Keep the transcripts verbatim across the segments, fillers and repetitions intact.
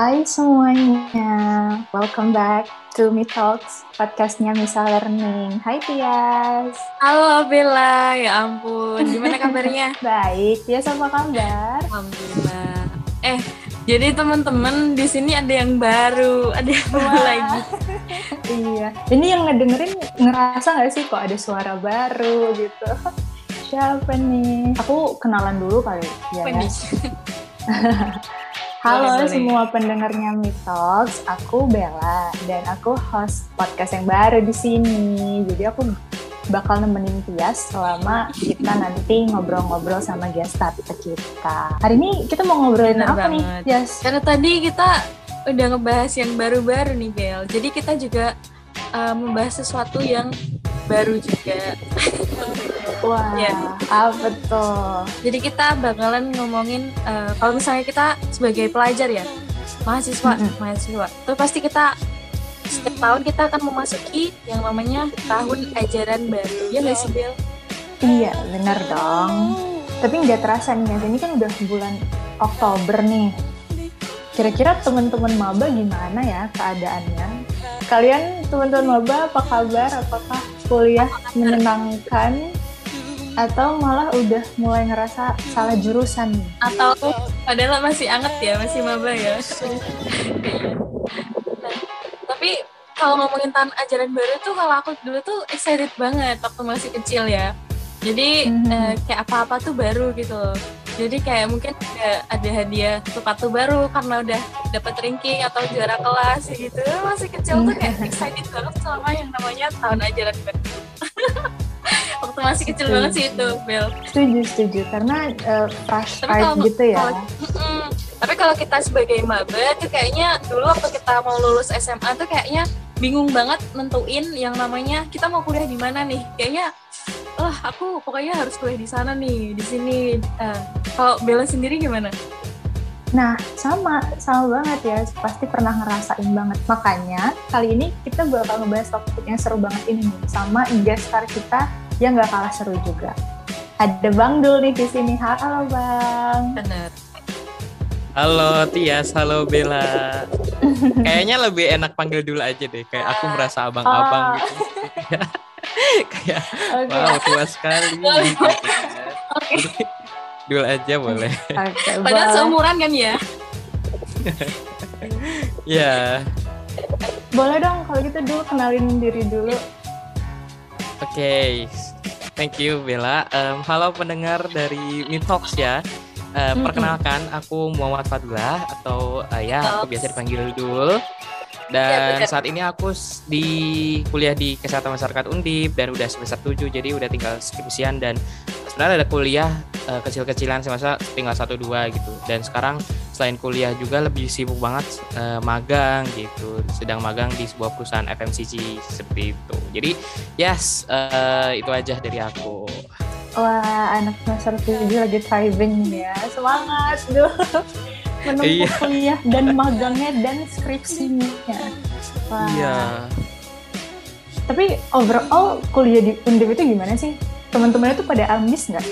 Hai semuanya, welcome back to Me Talks, podcastnya Misa Learning. Hai Tias. Halo Bella, ya ampun, gimana kabarnya? Baik, Tias apa kabar? Alhamdulillah. Eh, jadi teman-teman di sini ada yang baru, ada yang baru lagi. Iya, ini yang ngedengerin ngerasa nggak sih kok ada suara baru gitu? Siapa nih? Aku kenalan dulu kali ya. Halo boleh, semua boleh. Pendengarnya Me Talks, aku Bella dan aku host podcast yang baru di sini. Jadi aku bakal nemenin Tias selama kita nanti ngobrol-ngobrol sama guest star kita. Hari ini kita mau ngobrolin Benar apa banget. nih, Tias? Karena tadi kita udah ngebahas yang baru-baru nih, Bel. Jadi kita juga uh, membahas sesuatu yang baru juga. Wah, ya. Apa tuh? Jadi kita bakalan ngomongin uh, kalau misalnya kita sebagai pelajar ya, mahasiswa, mm-hmm. mahasiswa. Tuh pasti kita setiap tahun kita akan memasuki yang namanya tahun ajaran baru. Ya nggak sih, Bel? Iya, benar dong. Tapi nggak terasa nih, ini kan udah bulan Oktober nih. Kira-kira teman-teman maba gimana ya keadaannya? Kalian teman-teman maba apa kabar? Apakah kuliah menyenangkan? Atau malah udah mulai ngerasa salah jurusan nih? Atau padahal masih anget ya, masih maba ya. Nah, tapi kalau ngomongin tahun ajaran baru tuh kalau aku dulu tuh excited banget waktu masih kecil ya. Jadi mm-hmm. eh, kayak apa-apa tuh baru gitu loh. Jadi kayak mungkin ada, ada hadiah sepatu baru karena udah dapet ranking atau juara kelas gitu. Masih kecil tuh kayak excited banget sama yang namanya tahun ajaran baru. Waktu masih kecil setuju. Banget sih itu, Bel. Setuju, setuju. Karena uh, fresh start gitu ya. Kalau, mm, tapi kalau kita sebagai maba tuh kayaknya dulu waktu kita mau lulus S M A tuh kayaknya bingung banget nentuin yang namanya kita mau kuliah di mana nih. Kayaknya, wah oh, aku pokoknya harus kuliah di sana nih, di sini. Uh, kalau Bella sendiri gimana? Nah, sama, sama banget ya. Pasti pernah ngerasain banget. Makanya kali ini kita bakal ngebahas topik yang seru banget ini nih, sama guest star kita yang nggak kalah seru juga. Ada Bang Dul nih di sini. Halo Bang. Benar. Halo Tias, halo Bella. Kayaknya lebih enak panggil dulu aja deh. Kayak aku merasa abang-abang oh. gitu. Kayak okay. Wow tua sekali. Gitu. Okay. Dul aja boleh. Okay, padahal seumuran kan ya? Ya. Boleh dong kalau gitu dulu kenalin diri dulu. Oke, okay. Thank you Bella. Um, halo pendengar dari Me Talks ya. Uh, mm-hmm. Perkenalkan, aku Muhammad Fadlah atau uh, ya Talks. Aku biasa dipanggil Dul. Dan ya, saat ini aku di kuliah di Kesehatan Masyarakat Undip dan udah semester tujuh, jadi udah tinggal skripsian dan sebenarnya ada kuliah uh, kecil-kecilan semasa tinggal satu dua gitu. Dan sekarang selain kuliah juga lebih sibuk banget uh, magang gitu, sedang magang di sebuah perusahaan F M C G seperti itu. Jadi yes, uh, itu aja dari aku. Wah, anak semester tujuh lagi thriving ya, semangat dulu. Menempuh iya. kuliah dan magangnya dan skripsinya. Wah. Iya. Tapi overall kuliah di Undip itu gimana sih? Teman-temannya tuh pada ambis nggak?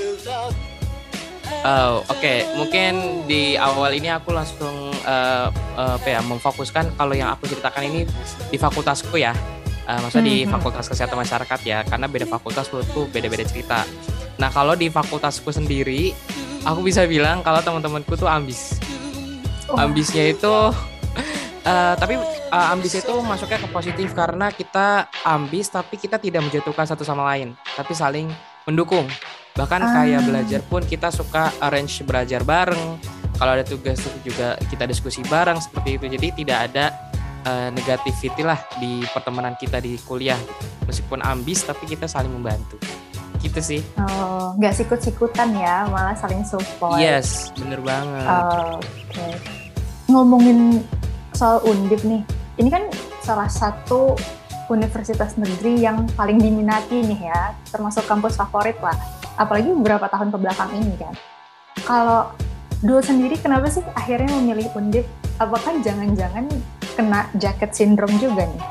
Oh, oke. Okay. Mungkin di awal ini aku langsung uh, uh, apa ya, memfokuskan kalau yang aku ceritakan ini di fakultasku ya. Uh, maksudnya mm-hmm. di Fakultas Kesehatan Masyarakat ya, karena beda fakultas menurutku beda-beda cerita. Nah, kalau di fakultasku sendiri, aku bisa bilang kalau teman-temanku tuh ambis. Oh. Ambisnya itu, uh, tapi uh, ambis itu masuknya ke positif karena kita ambis tapi kita tidak menjatuhkan satu sama lain, tapi saling mendukung. Bahkan ah. kayak belajar pun kita suka arrange belajar bareng. Kalau ada tugas juga kita diskusi bareng seperti itu. Jadi tidak ada uh, negativity lah di pertemanan kita di kuliah. Meskipun ambis tapi kita saling membantu. Gitu sih. Oh, nggak sikut-sikutan ya, malah saling support. Yes, bener banget. Oh, Oke. Okay. Ngomongin soal Undip nih, ini kan salah satu universitas negeri yang paling diminati nih ya, termasuk kampus favorit lah. Apalagi beberapa tahun kebelakang ini kan. Kalau Dul sendiri kenapa sih akhirnya memilih Undip? Apakah jangan-jangan kena jacket syndrome juga nih?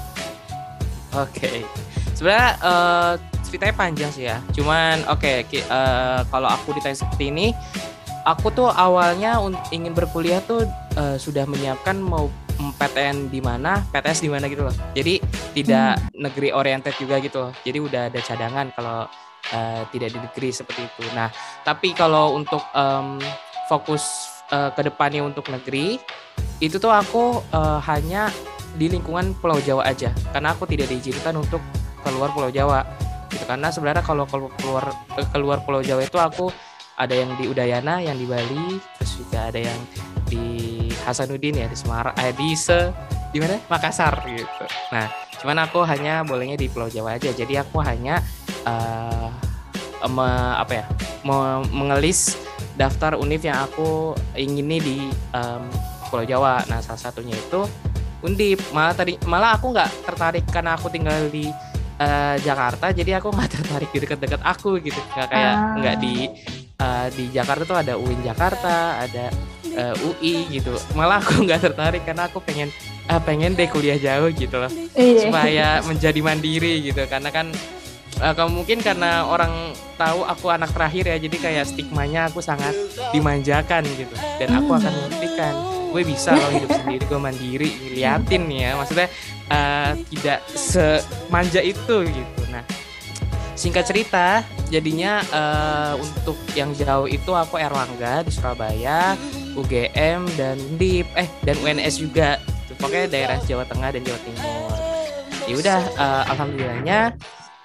Oke, okay. Sebenarnya uh, ceritanya panjang sih ya. Cuman oke, okay, uh, kalau aku ditanya seperti ini, aku tuh awalnya un- ingin berkuliah tuh uh, sudah menyiapkan mau P T N di mana, P T S di mana gitu loh. Jadi tidak hmm. negeri oriented juga gitu loh. Jadi udah ada cadangan kalau uh, tidak di negeri seperti itu. Nah, tapi kalau untuk um, fokus uh, ke depannya untuk negeri, itu tuh aku uh, hanya di lingkungan Pulau Jawa aja. Karena aku tidak diizinkan untuk keluar Pulau Jawa. Gitu. Karena sebenarnya kalau keluar keluar Pulau Jawa itu aku ada yang di Udayana, yang di Bali, terus juga ada yang di Hasanuddin ya di Semarang, eh di se di mana Makassar gitu. Nah, cuman aku hanya bolehnya di Pulau Jawa aja. Jadi aku hanya uh, me, apa ya, me, mengelis daftar univ yang aku ingini di um, Pulau Jawa. Nah, salah satunya itu Undip. Malah tadi malah aku nggak tertarik karena aku tinggal di uh, Jakarta. Jadi aku nggak tertarik di dekat-dekat aku gitu. Nggak kayak nggak ah. di uh, di Jakarta tuh ada U I N Jakarta, ada Uh, U I gitu, malah aku nggak tertarik karena aku pengen uh, pengen deh kuliah jauh gitu loh, iya. Supaya menjadi mandiri gitu, karena kan uh, kamu mungkin karena orang tahu aku anak terakhir ya, jadi kayak stigmanya aku sangat dimanjakan gitu, dan aku akan membuktikan gue bisa loh hidup sendiri, gue mandiri, liatin ya, maksudnya uh, tidak semanja itu gitu. Nah, singkat cerita, jadinya uh, untuk yang jauh itu aku Erlangga di Surabaya, U G M dan Undip, eh dan U N S juga. Pokoknya daerah Jawa Tengah dan Jawa Timur. Ya udah, uh, alhamdulillahnya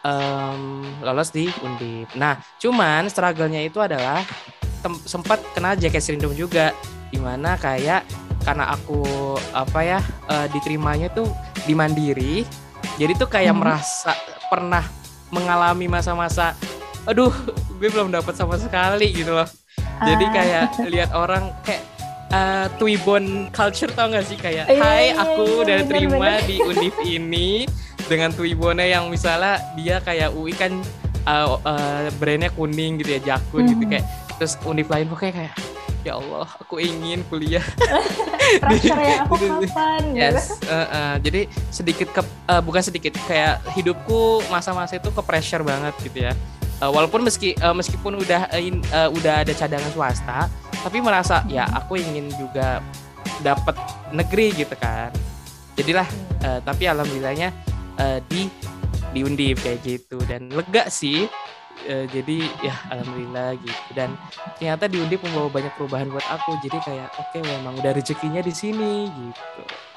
um, lolos di Undip. Nah, cuman struggle-nya itu adalah tem- sempat kena jacket syndrome juga, dimana kayak karena aku apa ya uh, diterimanya tuh di Mandiri, jadi tuh kayak hmm. merasa pernah mengalami masa-masa aduh gue belum dapat sama sekali gitu loh. Jadi kayak lihat orang kayak uh, Twibbon culture, tau gak sih, kayak hai aku udah terima di univ ini dengan Twibbonnya yang misalnya dia kayak U I kan uh, uh, brandnya kuning gitu ya, Jakun gitu, kayak terus univ lain pokoknya kayak ya Allah aku ingin kuliah pressure yang aku kapan yes uh, uh, jadi sedikit ke, uh, bukan sedikit kayak hidupku masa-masa itu ke pressure banget gitu ya. Uh, walaupun meski uh, meskipun udah uh, udah ada cadangan swasta, tapi merasa ya aku ingin juga dapat negeri gitu kan. Jadilah uh, tapi alhamdulillahnya uh, di di Undip kayak gitu, dan lega sih. Uh, jadi ya alhamdulillah gitu, dan ternyata di Undip membawa banyak perubahan buat aku. Jadi kayak oke okay, memang udah rezekinya di sini gitu.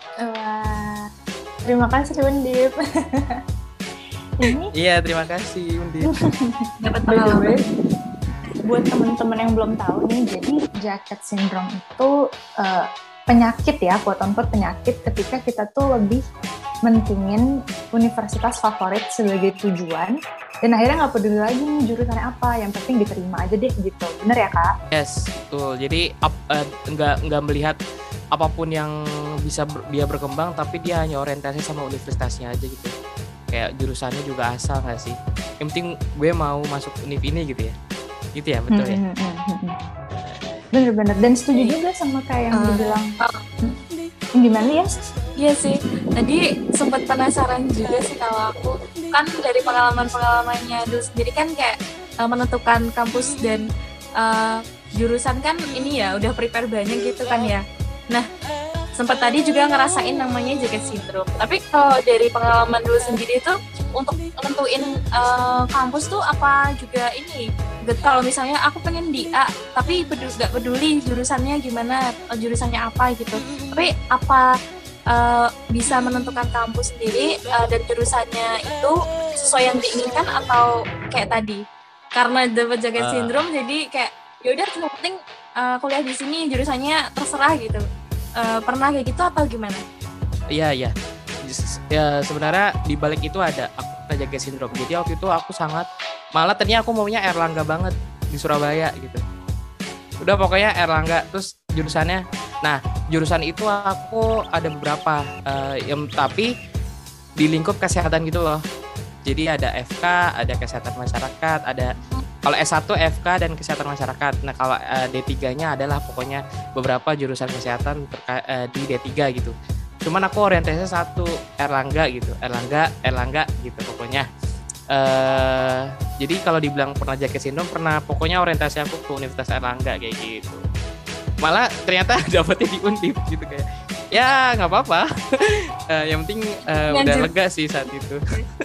Wah, terima kasih Undip. Ini? Iya, terima kasih Undip. Dapat pengalaman. Buat teman-teman yang belum tahu nih, jadi jacket syndrome itu uh, penyakit ya, quote-unquote penyakit ketika kita tuh lebih mentingin universitas favorit sebagai tujuan, dan akhirnya nggak peduli lagi nih jurusannya apa, yang penting diterima aja deh gitu. Bener ya Kak? Yes, betul. Jadi up, uh, nggak nggak melihat apapun yang bisa ber, dia berkembang, tapi dia hanya orientasi sama universitasnya aja gitu. Kayak jurusannya juga asal nggak sih? Yang penting gue mau masuk univ ini gitu ya. Gitu ya, betul ya? Bener-bener, dan setuju juga sama kayak yang uh, dibilang uh, gimana ya? Iya sih, tadi sempat penasaran juga sih kalau aku, kan dari pengalaman-pengalamannya dulu sendiri kan kayak uh, menentukan kampus dan uh, jurusan kan ini ya udah prepare banyak gitu kan ya. Nah, sempat tadi juga ngerasain namanya jacket syndrome. Tapi kalau dari pengalaman dulu sendiri itu untuk nentuin uh, kampus tuh apa juga ini? Kalau misalnya aku pengen di A, tapi peduli, gak peduli jurusannya gimana, jurusannya apa gitu. Tapi apa uh, bisa menentukan kampus sendiri uh, dan jurusannya itu sesuai yang diinginkan atau kayak tadi? Karena dapat jacket syndrome, uh. jadi kayak yaudah yang penting uh, kuliah di sini jurusannya terserah gitu. Uh, pernah kayak gitu atau gimana? Iya iya. Ya sebenarnya di balik itu ada aku pernah jacket syndrome. Jadi waktu itu aku sangat malah tadinya aku maunya Erlangga banget di Surabaya gitu. Udah pokoknya Erlangga, terus jurusannya. Nah jurusan itu aku ada beberapa, uh, yang tapi di lingkup kesehatan gitu loh. Jadi ada F K, ada kesehatan masyarakat, ada kalau S satu F K dan kesehatan masyarakat. Nah kalau uh, D tiga-nya adalah pokoknya beberapa jurusan kesehatan terka- uh, di D tiga gitu. Cuman aku orientasinya satu, Erlangga gitu, Erlangga, Erlangga gitu pokoknya. Uh, jadi kalau dibilang pernah jaket sindrom, pernah. Pokoknya orientasi aku ke Universitas Airlangga kayak gitu. Malah ternyata dapetnya di Undip gitu kayak. Ya nggak apa-apa. uh, yang penting uh, udah lega sih saat itu.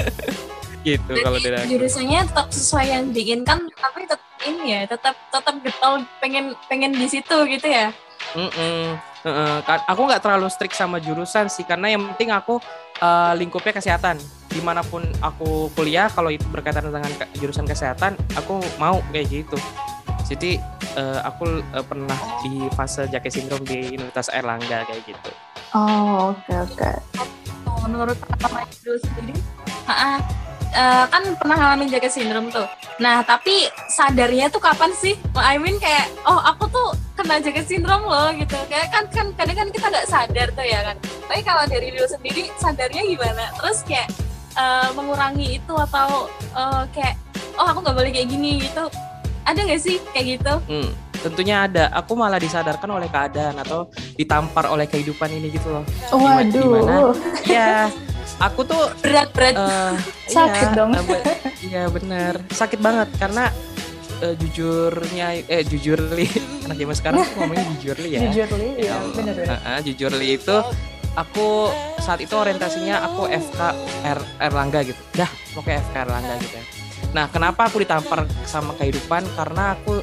Gitu kalau dari aku. Jurusannya tetap sesuai yang diinginkan, tapi tetap ini ya, tetap tetap getol pengen pengen di situ gitu ya. Mm-mm. Uh, aku nggak terlalu strict sama jurusan sih, karena yang penting aku uh, lingkupnya kesehatan. Dimanapun aku kuliah, kalau itu berkaitan dengan ke- jurusan kesehatan, aku mau kayak gitu. Jadi uh, aku uh, pernah di fase jaket sindrom di Universitas Airlangga kayak gitu. Oh oke okay, oke. Okay. Menurut pengalaman itu sendiri, uh, uh, kan pernah ngalamin jaket sindrom tuh. Nah tapi sadarnya tuh kapan sih? I mean kayak, oh aku tuh kena jaket sindrom loh gitu. Kayak kan kan kadang kan kita nggak sadar tuh ya kan. Tapi kalau dari dulu sendiri sadarnya gimana? Terus kayak uh, mengurangi itu atau uh, kayak oh aku nggak boleh kayak gini gitu. Ada nggak sih kayak gitu? Hmm, tentunya ada. Aku malah disadarkan oleh keadaan atau ditampar oleh kehidupan ini gitu loh. Waduh. Gimana? Ya, aku tuh berat-berat. Uh, sakit iya, dong. Iya benar. Sakit banget karena uh, jujurnya, eh jujur li, anak zaman sekarang tuh ngomongnya jujur li ya. Jujur li, ya benar-benar. Uh, uh, jujur li itu aku saat itu orientasinya aku F K R, Erlangga gitu. Dah, pokoknya F K Erlangga gitu ya. Nah, kenapa aku ditampar sama kehidupan? Karena aku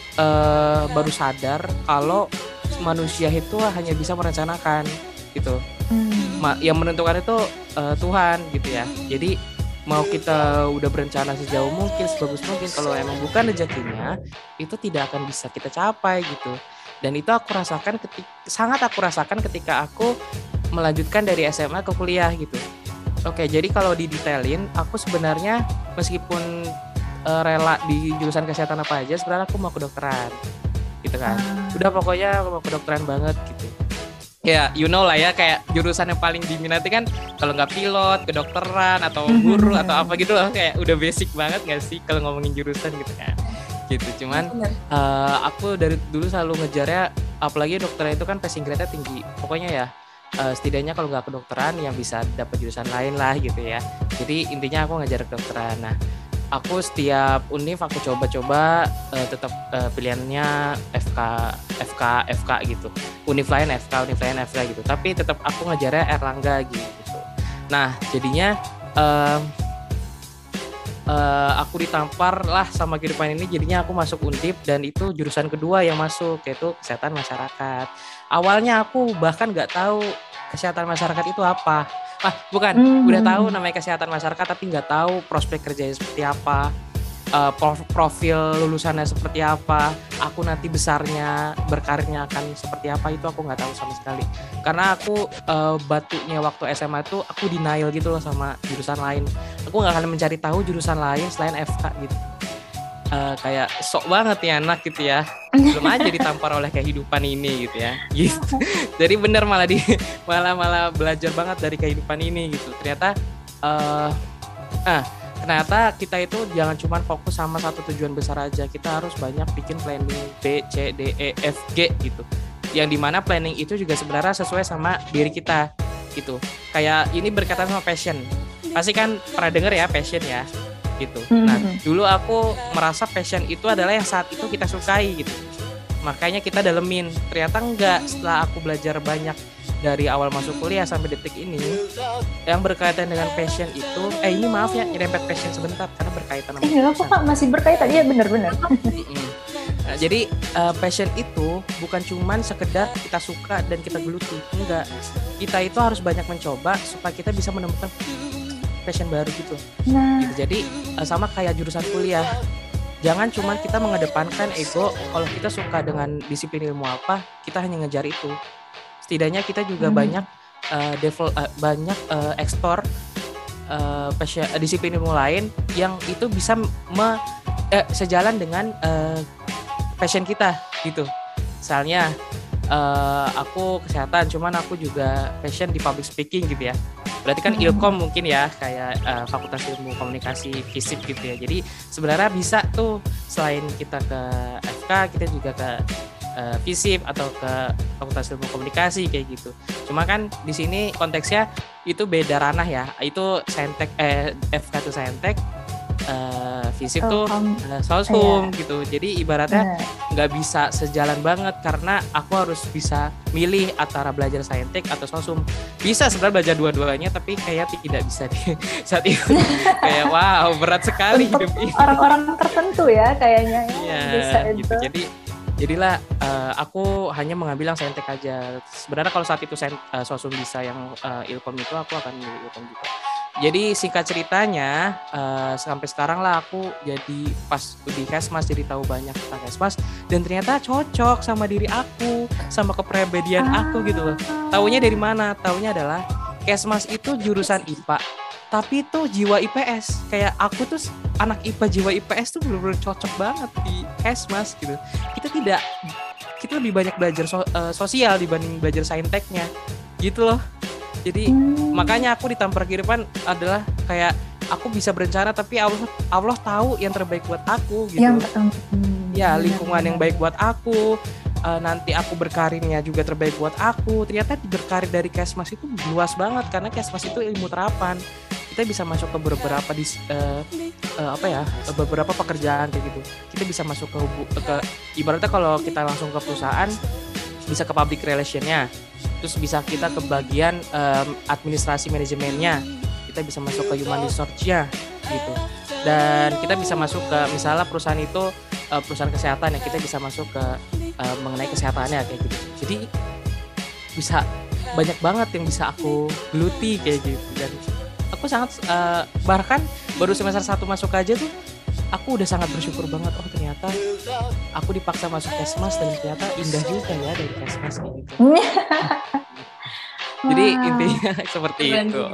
uh, baru sadar kalau manusia itu hanya bisa merencanakan gitu. Hmm. Ma- yang menentukan itu uh, Tuhan gitu ya. Jadi mau kita udah berencana sejauh mungkin, sebagus mungkin, kalau emang bukan rezekinya, itu tidak akan bisa kita capai gitu. Dan itu aku rasakan ketika, sangat aku rasakan ketika aku melanjutkan dari S M A ke kuliah gitu. Oke, jadi kalau didetailin, aku sebenarnya meskipun uh, rela di jurusan kesehatan apa aja, sebenarnya aku mau kedokteran, gitu kan. Udah pokoknya aku mau kedokteran banget gitu. Ya, you know lah ya, kayak jurusan yang paling diminati kan, kalau nggak pilot, kedokteran, atau guru, atau apa gitu loh, kayak udah basic banget nggak sih kalau ngomongin jurusan gitu kan. Gitu, cuman uh, aku dari dulu selalu ngejarnya, apalagi dokter itu kan passing grade-nya tinggi. Pokoknya ya, Uh, setidaknya kalau nggak kedokteran yang bisa dapat jurusan lain lah gitu ya. Jadi intinya aku ngajar kedokteran. Nah, aku setiap univ aku coba-coba uh, tetap uh, pilihannya F K, F K, F K gitu. Univ lain F K, univ lain F K gitu. Tapi tetap aku ngajarnya Erlangga gitu. Nah, jadinya uh, uh, aku ditampar lah sama kehidupan ini. Jadinya aku masuk Undip dan itu jurusan kedua yang masuk, yaitu kesehatan masyarakat. Awalnya aku bahkan nggak tahu kesehatan masyarakat itu apa. Ah, bukan, hmm. udah tahu namanya kesehatan masyarakat, tapi nggak tahu prospek kerjanya seperti apa, uh, profil lulusannya seperti apa, aku nanti besarnya berkarirnya akan seperti apa, itu aku nggak tahu sama sekali. Karena aku uh, batunya waktu S M A itu aku denial gitu loh sama jurusan lain. Aku nggak akan mencari tahu jurusan lain selain F K gitu. Uh, kayak sok banget ya anak gitu ya, belum aja ditampar oleh kehidupan ini gitu ya gitu. Jadi bener malah di malah malah belajar banget dari kehidupan ini gitu. Ternyata uh, ah ternyata kita itu jangan cuma fokus sama satu tujuan besar aja, kita harus banyak bikin planning B, C, D, E, F, G gitu, yang dimana planning itu juga sebenarnya sesuai sama diri kita gitu. Kayak ini berkaitan sama passion, pasti kan pernah denger ya passion ya gitu. Nah, dulu aku merasa passion itu adalah yang saat itu kita sukai gitu. Makanya kita dalemin. Ternyata enggak. Setelah aku belajar banyak dari awal masuk kuliah sampai detik ini, yang berkaitan dengan passion itu, eh ini maaf ya, nyerempet passion sebentar karena berkaitan sama. Eh, enggak apa-apa, masih berkaitan. Iya, benar-benar. Nah, jadi uh, passion itu bukan cuman sekedar kita suka dan kita geluti. Enggak. Kita itu harus banyak mencoba supaya kita bisa menemukan passion baru gitu. Nah. gitu. Jadi sama kayak jurusan kuliah. Jangan cuma kita mengedepankan ego, kalau kita suka dengan disiplin ilmu apa, kita hanya ngejar itu. Setidaknya kita juga hmm. banyak uh, devel, uh, banyak uh, ekspor uh, passion, uh, disiplin ilmu lain yang itu bisa me, uh, sejalan dengan uh, passion kita gitu. Misalnya uh, aku kesehatan, cuman aku juga passion di public speaking gitu ya. Berarti kan hmm. Ilkom mungkin ya, kayak uh, Fakultas Ilmu Komunikasi Fisip gitu ya. Jadi sebenarnya bisa tuh selain kita ke F K, kita juga ke uh, Fisip atau ke Fakultas Ilmu Komunikasi kayak gitu. Cuma kan di sini konteksnya itu beda ranah ya. Itu saintek eh F K itu saintek, uh, fisik Oh, tuh um, uh, sosum gitu. Jadi ibaratnya bener. nggak bisa sejalan banget karena aku harus bisa milih antara belajar saintek atau sosum. Bisa sebenarnya belajar dua-duanya tapi kayak tidak bisa di saat itu. Kayak wow berat sekali Untuk hidup ini. orang-orang tertentu ya kayaknya ya Iya bisa gitu. itu. Jadi jadilah uh, aku hanya mengambil yang saintek aja. Sebenarnya kalau saat itu saint, uh, sosum bisa yang uh, ilkom itu aku akan milih ilkom juga. Jadi singkat ceritanya uh, sampai sekarang lah aku jadi pas di Kesmas jadi tahu banyak tentang Kesmas dan ternyata cocok sama diri aku, sama kepribadian aku gitu loh. Taunya dari mana? Taunya adalah Kesmas itu jurusan I P A. Tapi itu jiwa I P S. Kayak aku tuh anak I P A jiwa I P S tuh benar-benar cocok banget di Kesmas gitu. Kita tidak kita lebih banyak belajar so, uh, sosial dibanding belajar sainteknya. Gitu loh. Jadi hmm. makanya aku ditampar kehidupan adalah kayak aku bisa berencana tapi Allah Allah tahu yang terbaik buat aku gitu. Yang hmm, ya lingkungan yang baik buat aku. Uh, nanti aku berkarirnya juga terbaik buat aku. Ternyata berkarir dari Kesmas itu luas banget karena Kesmas itu ilmu terapan. Kita bisa masuk ke beberapa di uh, uh, apa ya beberapa pekerjaan kayak gitu. Kita bisa masuk ke, ke ibaratnya kalau kita langsung ke perusahaan bisa ke public relation-nya. Terus bisa kita ke bagian um, administrasi manajemennya, kita bisa masuk ke human resource-nya gitu. Dan kita bisa masuk ke misalnya perusahaan itu uh, perusahaan kesehatan ya, kita bisa masuk ke uh, mengenai kesehatannya kayak gitu. Jadi bisa banyak banget yang bisa aku geluti kayak gitu. Dan aku sangat uh, bahkan baru semester satu masuk aja tuh aku udah sangat bersyukur banget. Oh ternyata aku dipaksa masuk Kesmas dan ternyata indah juga ya dari Kesmas kayak gitu. Jadi wow. Intinya seperti Keren itu.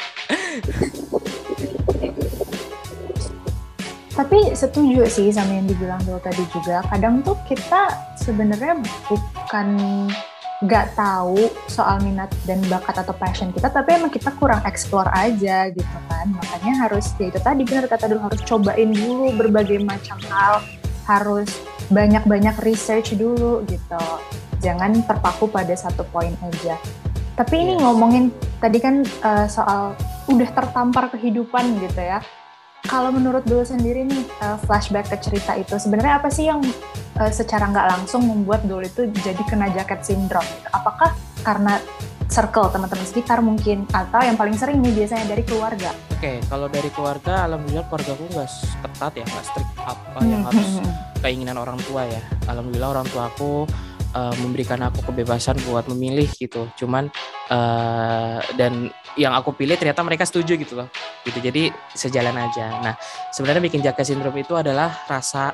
Tapi setuju sih sama yang dibilang dulu tadi juga. Kadang tuh kita sebenarnya bukan nggak tahu soal minat dan bakat atau passion kita, tapi emang kita kurang explore aja gitu kan. Makanya harus ya itu tadi benar kata dulu, harus cobain dulu berbagai macam hal, harus banyak-banyak research dulu gitu. Jangan terpaku pada satu poin aja. Tapi ini ngomongin tadi kan uh, soal udah tertampar kehidupan gitu ya. Kalau menurut dulu sendiri nih uh, flashback ke cerita itu sebenarnya apa sih yang uh, secara nggak langsung membuat dulu itu jadi kena jaket sindrom? Gitu? Apakah karena circle teman-teman sekitar mungkin, atau yang paling sering nih biasanya dari keluarga? Oke, kalau dari keluarga, alhamdulillah keluarga aku nggak ketat ya, nggak strict apa yang harus keinginan orang tua ya. Alhamdulillah orang tua aku uh, memberikan aku kebebasan buat memilih gitu. Cuman uh, dan yang aku pilih ternyata mereka setuju gitu loh. Gitu. Jadi sejalan aja. Nah, sebenarnya bikin jaket sindrom itu adalah rasa,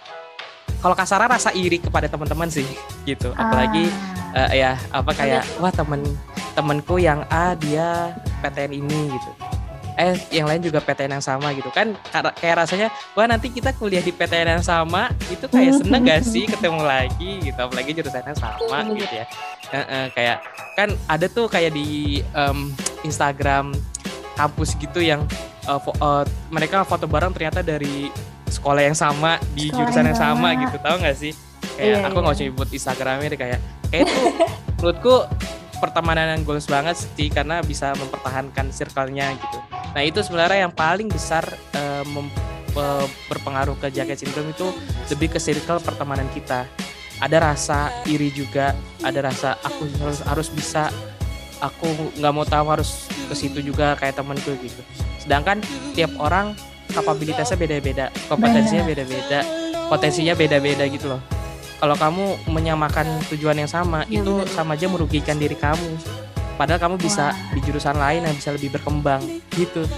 kalau kasarnya rasa iri kepada teman-teman sih gitu. Apalagi ah. uh, ya apa kayak wah temen temenku yang A dia P T N ini gitu. Eh yang lain juga P T N yang sama gitu kan, kayak rasanya wah nanti kita kuliah di P T N yang sama itu kayak seneng gak sih ketemu lagi gitu, apalagi jurusannya sama gitu ya. E -e, kayak kan ada tuh kayak di um, Instagram kampus gitu yang uh, fo uh, mereka foto bareng ternyata dari sekolah yang sama di sekolah jurusan yang sama, sama gitu, tahu nggak sih? Kayak iya, aku nggak iya. usah nyebut Instagramnya deh, kayak kayak itu menurutku pertemanan yang goals banget sih karena bisa mempertahankan circle-nya gitu. Nah itu sebenarnya yang paling besar uh, mem- uh, berpengaruh ke jaket sindrom itu lebih ke circle pertemanan kita. Ada rasa iri juga, ada rasa aku harus harus bisa, aku nggak mau tahu harus ke situ juga kayak temanku gitu. Sedangkan tiap orang kapabilitasnya beda-beda, kompetensinya beda-beda, potensinya beda-beda gitu loh. Kalau kamu menyamakan tujuan yang sama, ya, itu bener. Sama aja merugikan diri kamu. Padahal kamu bisa Wah. di jurusan lain yang bisa lebih berkembang gitu.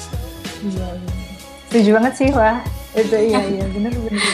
Iya, iya. Setuju banget sih, wah. Itu iya, iya, bener-bener.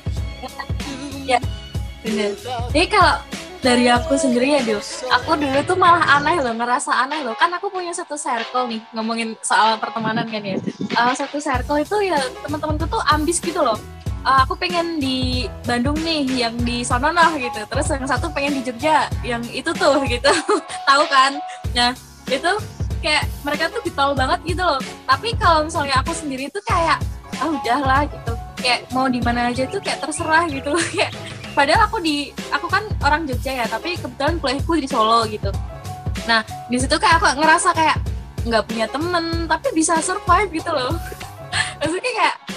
Ya, bener. Jadi kalau dari aku sendiri ya, Dus, aku dulu tuh malah aneh loh, ngerasa aneh loh. Kan aku punya satu circle nih, ngomongin soal pertemanan kan ya. Uh, satu circle itu ya teman-temanku tuh ambis gitu loh. Uh, aku pengen di Bandung nih, yang di sono noh gitu. Terus yang satu pengen di Jogja, yang itu tuh gitu. Tahu kan? Nah, itu kayak mereka tuh getol banget gitu loh. Tapi kalau misalnya aku sendiri tuh kayak ah udahlah gitu. Kayak mau di mana aja tuh kayak terserah gitu loh. Kayak padahal aku di aku kan orang Jogja ya, tapi kebetulan kuliahku di Solo gitu. Nah, di situ kayak aku ngerasa kayak nggak punya temen tapi bisa survive gitu loh. Maksudnya kayak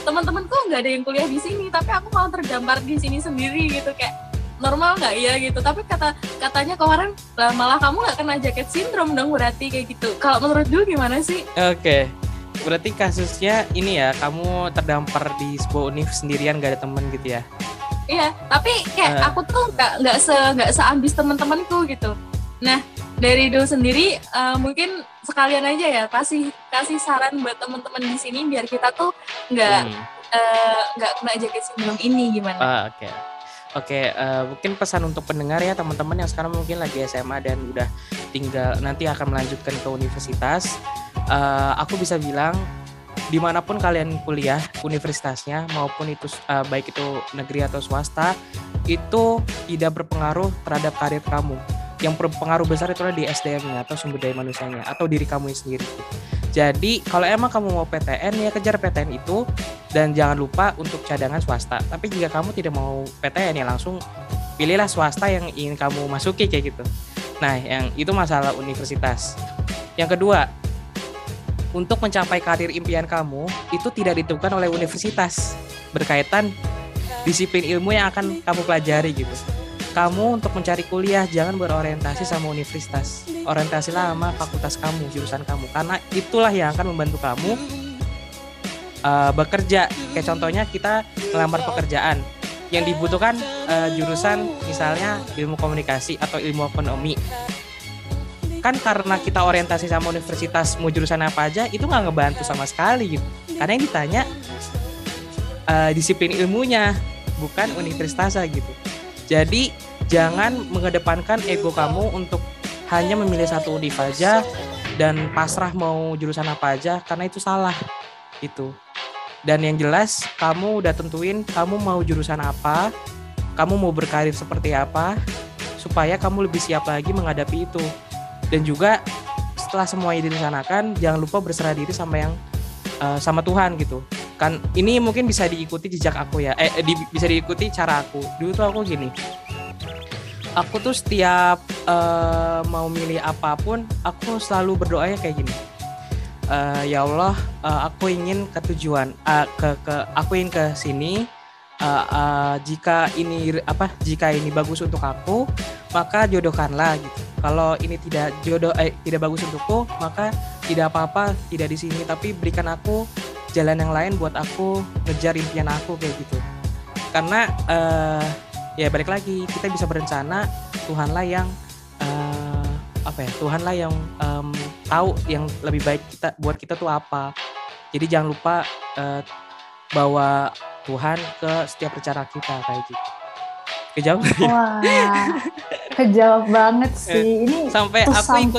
teman-temanku nggak ada yang kuliah di sini, tapi aku malah terdampar di sini sendiri gitu, kayak normal nggak ya gitu. Tapi kata katanya kemarin lah, malah kamu nggak kena jaket sindrom dong berarti kayak gitu. Kalau menurut dulu gimana sih? Oke. Okay. Berarti kasusnya ini ya, kamu terdampar di sebuah univ sendirian gak ada temen gitu ya? Iya, tapi kayak uh. aku tuh nggak nggak se nggak seambis teman-temanku gitu. Nah, dari dulu sendiri uh, mungkin sekalian aja ya kasih kasih saran buat teman-teman di sini biar kita tuh nggak hmm. uh, nggak kena jaket sindrom ini gimana? Uh, Oke. Okay. Oke, okay, uh, mungkin pesan untuk pendengar ya teman-teman yang sekarang mungkin lagi S M A dan udah tinggal nanti akan melanjutkan ke universitas. Uh, aku bisa bilang dimanapun kalian kuliah universitasnya maupun itu uh, baik itu negeri atau swasta itu tidak berpengaruh terhadap karir kamu. Yang berpengaruh besar itu adalah di S D M-nya atau sumber daya manusianya atau diri kamu sendiri. Jadi kalau emang kamu mau P T N ya kejar P T N itu dan jangan lupa untuk cadangan swasta. Tapi jika kamu tidak mau P T N ya langsung pilihlah swasta yang ingin kamu masuki kayak gitu. Nah, yang itu masalah universitas. Yang kedua, untuk mencapai karir impian kamu itu tidak ditentukan oleh universitas, berkaitan disiplin ilmu yang akan kamu pelajari gitu. Kamu untuk mencari kuliah jangan berorientasi sama universitas, orientasilah sama fakultas kamu, jurusan kamu, karena itulah yang akan membantu kamu uh, bekerja. Kayak contohnya kita melamar pekerjaan yang dibutuhkan uh, jurusan misalnya ilmu komunikasi atau ilmu ekonomi. Kan karena kita orientasi sama universitas mau jurusan apa aja itu nggak ngebantu sama sekali gitu. Karena yang ditanya uh, disiplin ilmunya bukan universitasnya gitu. Jadi jangan mengedepankan ego kamu untuk hanya memilih satu univ aja dan pasrah mau jurusan apa aja karena itu salah gitu. Dan yang jelas kamu udah tentuin kamu mau jurusan apa, kamu mau berkarir seperti apa supaya kamu lebih siap lagi menghadapi itu. Dan juga setelah semuanya direncanakan jangan lupa berserah diri sama yang uh, sama Tuhan gitu. Kan ini mungkin bisa diikuti jejak aku ya. Eh di, bisa diikuti cara aku. Dulu tuh aku gini. Aku tuh setiap uh, mau milih apapun, aku selalu berdoanya kayak gini. Uh, ya Allah, uh, aku ingin ke tujuan, uh, ke ke aku ingin ke sini. Uh, uh, jika ini apa? Jika ini bagus untuk aku, maka jodohkanlah gitu. Kalau ini tidak jodoh, eh, tidak bagus untukku, maka tidak apa-apa, tidak di sini. Tapi berikan aku jalan yang lain buat aku ngejar impian aku kayak gitu. Karena uh, ya balik lagi kita bisa berencana, Tuhanlah yang uh, apa ya Tuhanlah yang um, tahu yang lebih baik kita buat kita tuh apa. Jadi jangan lupa uh, bawa Tuhan ke setiap rencana kita kayak gitu. Kejawab ya? Wah, kejawab banget sih. Ini sampai aku sam- ikut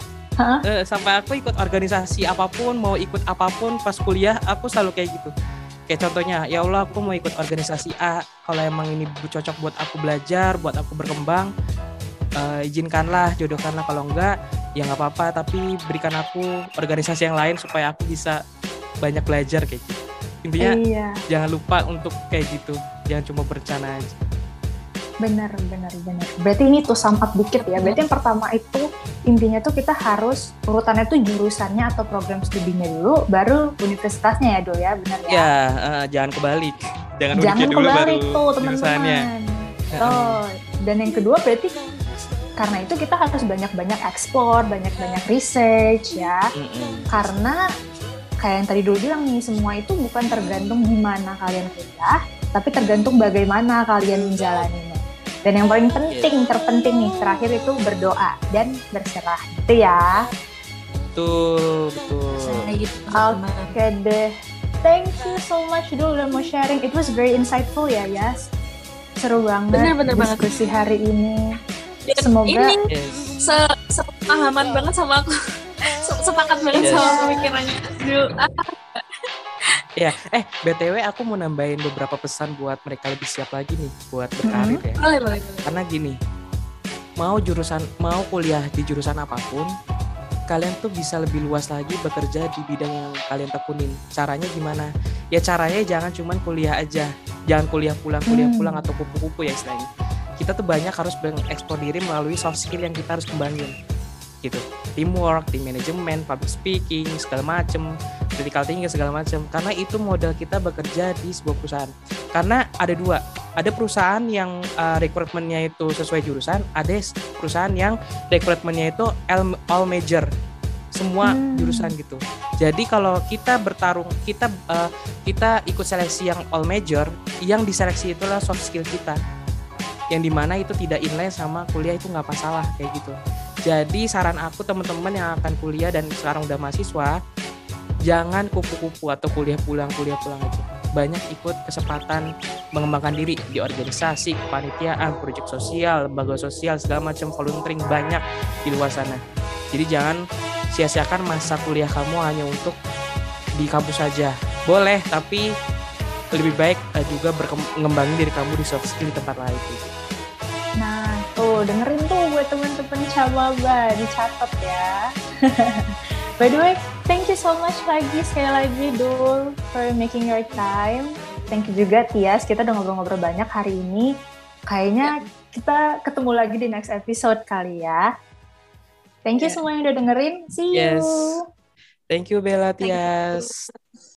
uh, sampai aku ikut organisasi apapun, mau ikut apapun pas kuliah aku selalu kayak gitu. Kayak contohnya, ya Allah aku mau ikut organisasi A, kalau emang ini cocok buat aku belajar, buat aku berkembang, uh, izinkanlah, jodohkanlah. Kalau enggak, ya nggak apa-apa, tapi berikan aku organisasi yang lain supaya aku bisa banyak belajar kayak gitu. Intinya iya. Jangan lupa untuk kayak gitu, jangan cuma berencana aja. Benar, benar, benar. Berarti ini tuh sum up dikit ya. Berarti yang pertama itu intinya tuh kita harus urutannya tuh jurusannya atau program studinya dulu, baru universitasnya ya Do ya, benar ya? Ya, uh, jangan kebalik. Jangan, jangan dulu kebalik baru tuh teman-teman. Oh, dan yang kedua berarti karena itu kita harus banyak-banyak explore, banyak-banyak research ya. Mm-mm. Karena kayak yang tadi dulu bilang nih, semua itu bukan tergantung gimana kalian kuliah, tapi tergantung bagaimana kalian menjalaninya. Dan yang paling penting, terpenting nih, terakhir itu berdoa dan berserah, gitu ya. Betul, betul. Oke okay, deh. Thank you so much dulu udah mau sharing. It was very insightful ya, Yas. Seru banget bener, bener diskusi banget. Hari ini. Dan semoga ini yes. se- sepahaman banget sama aku. Sepakat banget yes. sama pemikirannya. Ya, eh B T W aku mau nambahin beberapa pesan buat mereka lebih siap lagi nih buat berkarir hmm. ya. Boleh, boleh, boleh. Karena gini, mau jurusan mau kuliah di jurusan apapun, kalian tuh bisa lebih luas lagi bekerja di bidang yang kalian tekunin. Caranya gimana? Ya caranya jangan cuman kuliah aja. Jangan kuliah pulang, kuliah hmm. pulang atau kupu-kupu ya istilahnya. Kita tuh banyak harus mengeksplor diri melalui soft skill yang kita harus kembangin. Gitu. Teamwork, team management, public speaking, segala macem. critical thinking segala macam. Karena itu modal kita bekerja di sebuah perusahaan. Karena ada dua, ada perusahaan yang uh, rekrutmennya itu sesuai jurusan, ada perusahaan yang rekrutmennya itu all, all major, semua hmm. jurusan gitu. Jadi kalau kita bertarung, kita uh, kita ikut seleksi yang all major, yang diseleksi itulah soft skill kita, yang dimana itu tidak inline sama kuliah itu nggak masalah kayak gitu. Jadi saran aku teman-teman yang akan kuliah dan sekarang udah mahasiswa, jangan kupu-kupu atau kuliah pulang kuliah pulang aja. Banyak ikut kesempatan mengembangkan diri di organisasi, kepanitiaan, proyek sosial, lembaga sosial, segala macam, volunteering banyak di luar sana. Jadi jangan sia-siakan masa kuliah kamu hanya untuk di kampus saja. Boleh, tapi lebih baik uh, juga mengembangin diri kamu di soft skill di tempat lain. Nah, tuh dengerin tuh buat teman-teman Camaba, dicatat ya. By the way, thank you so much lagi sekali lagi Dul for making your time. Thank you juga Tias, kita udah ngobrol-ngobrol banyak hari ini. Kayaknya kita ketemu lagi di next episode kali ya. Thank you yeah. semua yang udah dengerin. See you. Yes. Thank you Bella, Tias.